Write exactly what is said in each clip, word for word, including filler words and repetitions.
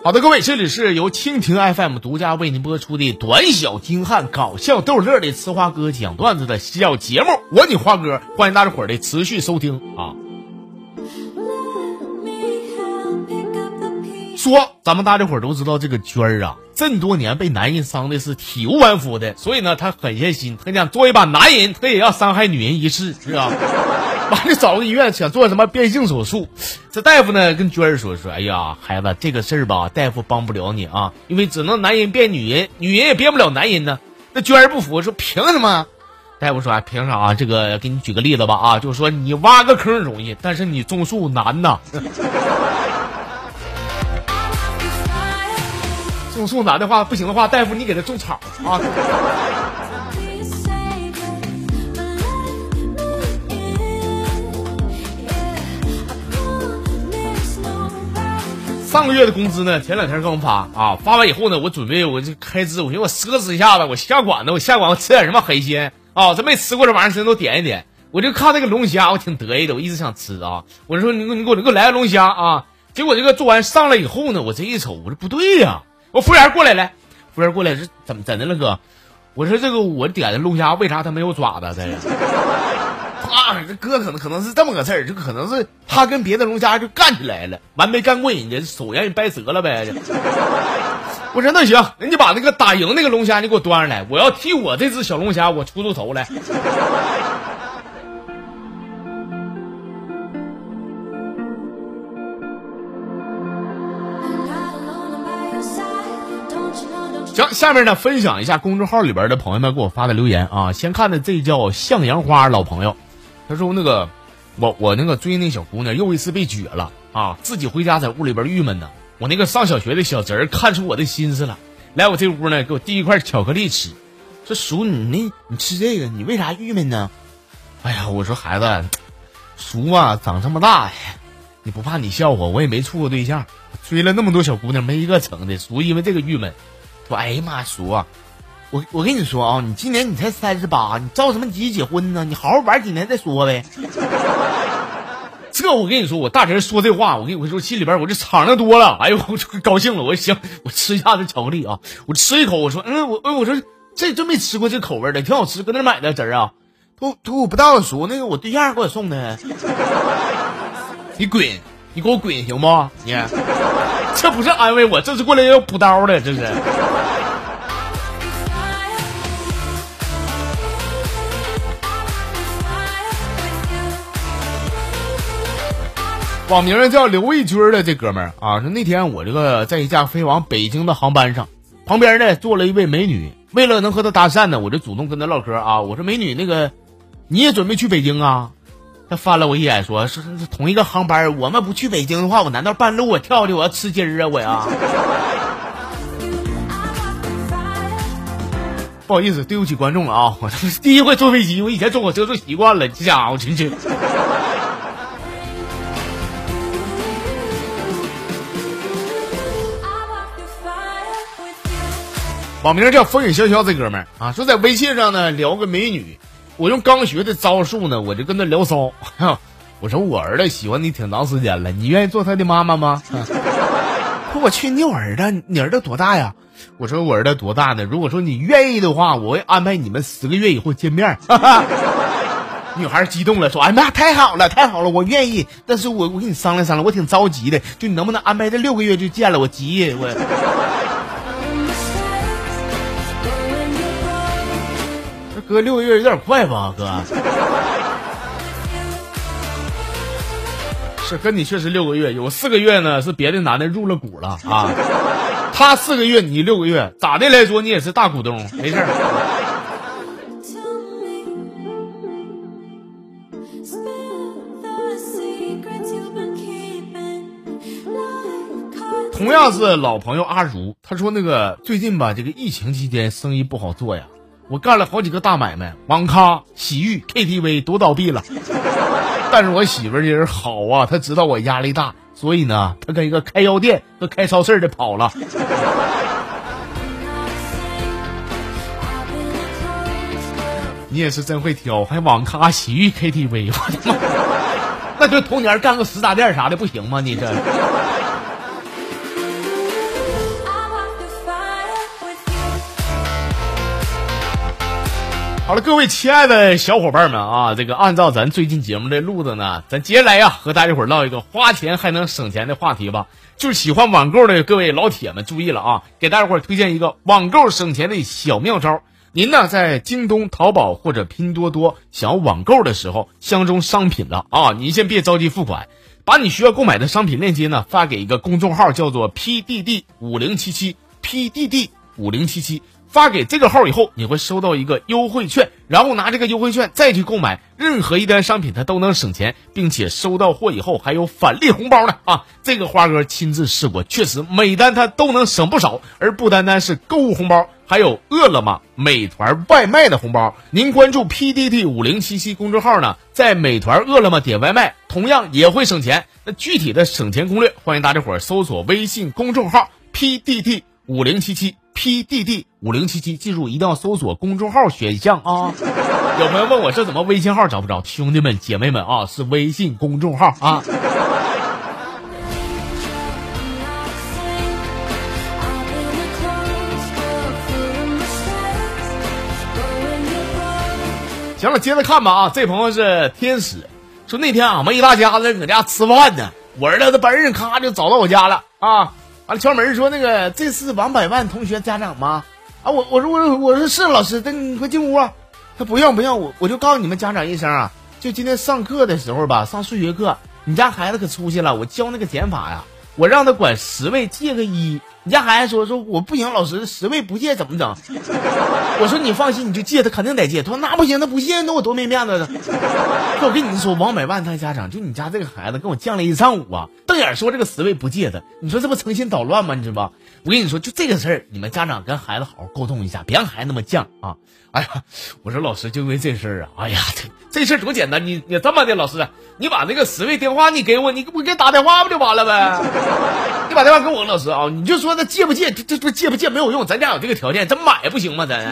好的，各位，这里是由蜻蜓 F M 独家为您播出的短小精悍、搞笑逗乐的吃花哥讲段子的小节目，我你花哥，欢迎大家伙儿的持续收听啊。说咱们大家伙儿都知道这个娟儿啊，这么多年被男人伤的是体无完肤的，所以呢，他狠下心，他想做一把男人，他也要伤害女人一次，是吧？完了找个医院想做什么变性手术，这大夫呢跟娟儿说说，哎呀，孩子，这个事儿吧，大夫帮不了你啊，因为只能男人变女人，女人也变不了男人呢。那娟儿不服，说凭什么？大夫说，哎，凭啥？这个给你举个例子吧啊，就是说你挖个坑容易，但是你种树难呐。种树难的话，不行的话，大夫你给他种草啊。上个月的工资呢，前两天刚发啊，发完以后呢，我准备我就开支，我寻思我奢侈一下子，我下馆子，我下馆子吃点什么海鲜啊，这没吃过这玩意儿，谁都点一点。我就看那个龙虾，我挺得意的，我一直想吃啊。我就说你你给我你给我来个龙虾啊。结果这个做完上来以后呢，我这一瞅，我说不对呀、啊，我服务员过来来，服务员过来是怎么怎的了哥？我说这个我点的龙虾为啥它没有爪子？这个。啊，这哥可能可能是这么个事儿，这可能是他跟别的龙虾就干起来了，完没干过瘾的手让人掰折了呗。我说那行，你把那个打赢那个龙虾你给我端上来，我要替我这只小龙虾我出出头来。行，下面呢分享一下公众号里边的朋友们给我发的留言啊。先看的这叫向阳花老朋友，他说那个我我那个追那小姑娘又一次被撅了啊，自己回家在屋里边郁闷呢。我那个上小学的小侄儿看出我的心思了，来我这屋呢给我递一块巧克力吃，说叔你那你吃这个你为啥郁闷呢？哎呀，我说孩子，叔啊长这么大，你不怕你笑话，我也没处过对象，追了那么多小姑娘没一个成的，叔因为这个郁闷。说哎呀妈，叔啊，我我跟你说啊，你今年你才三十八，你着什么急结婚呢？你好好玩几年再说呗。这我跟你说，我大侄说这话，我跟你说心里边我就敞亮多了。哎呦，我就高兴了，我行，我吃一下这巧克力啊，我吃一口，我说嗯，我我说这真没吃过这口味的，挺好吃，搁哪买的侄儿啊？都都我不知道，叔那个我对象给我送的。你滚，你给我滚行不？你。这不是安慰我，这是过来要补刀的，这是。网名叫刘卫军的这哥们儿啊，说那天我这个在一架飞往北京的航班上，旁边呢坐了一位美女，为了能和她搭讪呢，我就主动跟她唠嗑啊，我说美女，那个你也准备去北京啊？他翻了我一眼说，是是同一个航班，我们不去北京的话，我难道半路我跳下去我要吃鸡儿啊我呀？不好意思，对不起观众了啊，我第一回坐飞机，我以前坐火车坐习惯了，这家伙真是。网名叫风雨潇潇这哥们儿啊，说在微信上呢聊个美女。我用刚学的招数呢，我就跟他聊骚。我说我儿子喜欢你挺长时间了，你愿意做他的妈妈吗？说我去，你有儿子？你儿子多大呀？我说我儿子多大呢？如果说你愿意的话，我会安排你们十个月以后见面。女孩激动了，说：“哎妈，太好了，太好了，我愿意。但是我我跟你商量商量，我挺着急的，就你能不能安排这六个月就见了？我急我。”哥，六个月有点快吧，哥。是跟你确实六个月，有四个月呢是别的男的入了股了啊。他四个月，你六个月，咋的来说你也是大股东，没事儿。同样是老朋友阿如，他说那个最近吧，这个疫情期间生意不好做呀。我干了好几个大买卖，网咖、洗浴、K T V 都倒闭了。但是我媳妇儿人好啊，她知道我压力大，所以呢，她跟一个开药店和开超市的跑了。你也是真会挑，还网咖、洗浴、K T V， 我的妈！那就同年干个十大店啥的不行吗？你这。 好了，各位亲爱的小伙伴们啊，这个按照咱最近节目的路子呢，咱接下来呀和大家伙唠一个花钱还能省钱的话题吧。就是喜欢网购的各位老铁们注意了啊，给大家伙推荐一个网购省钱的小妙招。您呢在京东、淘宝或者拼多多想要网购的时候，相中商品了啊，您先别着急付款，把你需要购买的商品链接呢发给一个公众号，叫做 P D D 五零七七 P D D 五零七七。发给这个号以后，你会收到一个优惠券，然后拿这个优惠券再去购买任何一单商品，它都能省钱，并且收到货以后还有返利红包呢啊！这个花哥亲自试过，确实每单它都能省不少，而不单单是购物红包，还有饿了么、美团外卖的红包。您关注 P D D 五零七七公众号呢，在美团、饿了么点外卖，同样也会省钱。那具体的省钱攻略，欢迎大家伙儿搜索微信公众号 P D D 五零七七。P D D 五零七七，记住一定要搜索公众号选项啊！有朋友问我这怎么微信号找不着？兄弟们姐妹们啊，是微信公众号啊！行了，接着看吧啊！这朋友是天使，说那天俺们一大家子搁家吃饭呢，我儿子的班人咔就找到我家了啊！完了敲门说那个这是王百万同学家长吗？啊我我说我我说是老师，等你快进屋啊。他不用不用，我我就告诉你们家长一声啊，就今天上课的时候吧，上数学课，你家孩子可出息了，我教那个减法呀，我让他管十位借个一。你家孩子说说我不行，老师十位不借怎么整？我说你放心，你就借，他肯定得借。他说那不行，他不借，那我多没面子呢。我跟你说，王百万他家长就你家这个孩子跟我犟了一上午啊，瞪眼说这个十位不借的，你说这不成心捣乱吗？你知道吧？我跟你说，就这个事儿，你们家长跟孩子好好沟通一下，别让孩子那么犟啊！哎呀，我说老师就因为这事儿啊，哎呀，这这事儿多简单，你你这么的，老师，你把那个十位电话你给我，你我给打电话不就完了呗？你把电话给我，老师啊，你就说他借不借，这这借不借没有用，咱家有这个条件，咱买不行吗？咱。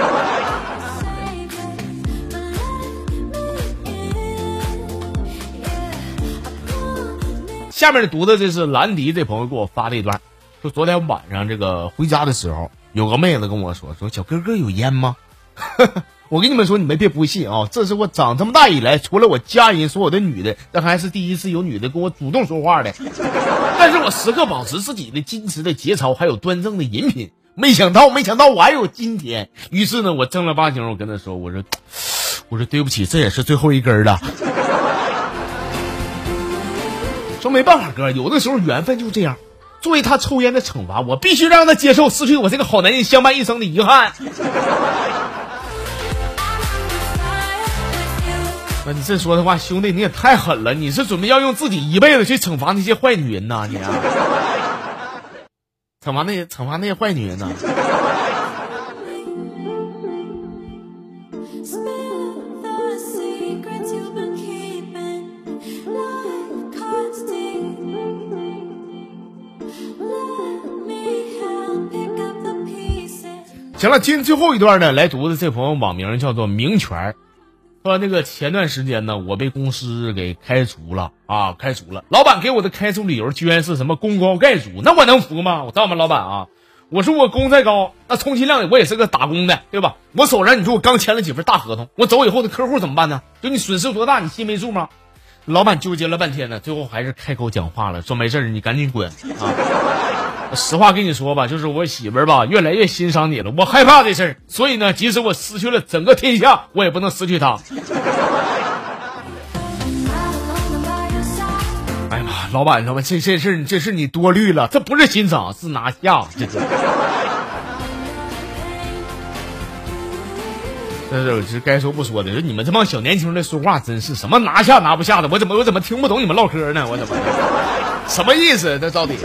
下面的读的这是兰迪这朋友给我发的一段，说昨天晚上这个回家的时候，有个妹子跟我说，说小哥哥有烟吗？我跟你们说，你们别不信啊，这是我长这么大以来，除了我家人所有的女的，这还是第一次有女的跟我主动说话的。但是我时刻保持自己的矜持的节操，还有端正的饮品。没想到，没想到我还有今天。于是呢，我正儿八经我跟他说，我说，我说对不起，这也是最后一根了。说没办法，哥，有的时候缘分就这样。作为他抽烟的惩罚，我必须让他接受失去我这个好男人相伴一生的遗憾。那你这说的话，兄弟你也太狠了！你是准备要用自己一辈子去惩罚那些坏女人呐？你啊，惩罚那些惩罚那些坏女人呐？行了，今天最后一段呢，来读的这朋友网名叫做明泉。说那个前段时间呢，我被公司给开除了啊，开除了。老板给我的开除理由居然是什么功高盖主，那我能服吗？我知道吗，老板啊，我说我工再高，那充其量我也是个打工的，对吧？我手上你说我刚签了几份大合同，我走以后的客户怎么办呢？就你损失多大，你心没数吗？老板纠结了半天呢，最后还是开口讲话了，说没事，你赶紧滚啊！实话跟你说吧，就是我媳妇儿吧，越来越欣赏你了，我害怕这事儿，所以呢，即使我失去了整个天下，我也不能失去她。哎呀妈，老板，你知道吗？这这事这是你多虑了，这不是欣赏，是拿下，这是。这是是该说不说的，说你们这帮小年轻的说话真是什么拿下拿不下的，我怎么我怎么听不懂你们唠嗑呢？我怎么什么意思？这到底？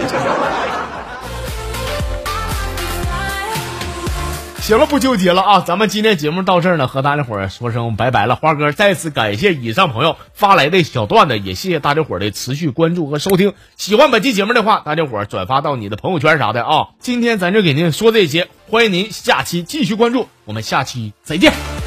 行了，不纠结了啊！咱们今天节目到这儿呢，和大家伙儿说声拜拜了。花哥再次感谢以上朋友发来的小段子，也谢谢大家伙儿的持续关注和收听。喜欢本期节目的话，大家伙儿转发到你的朋友圈啥的啊！今天咱就给您说这些，欢迎您下期继续关注，我们下期再见。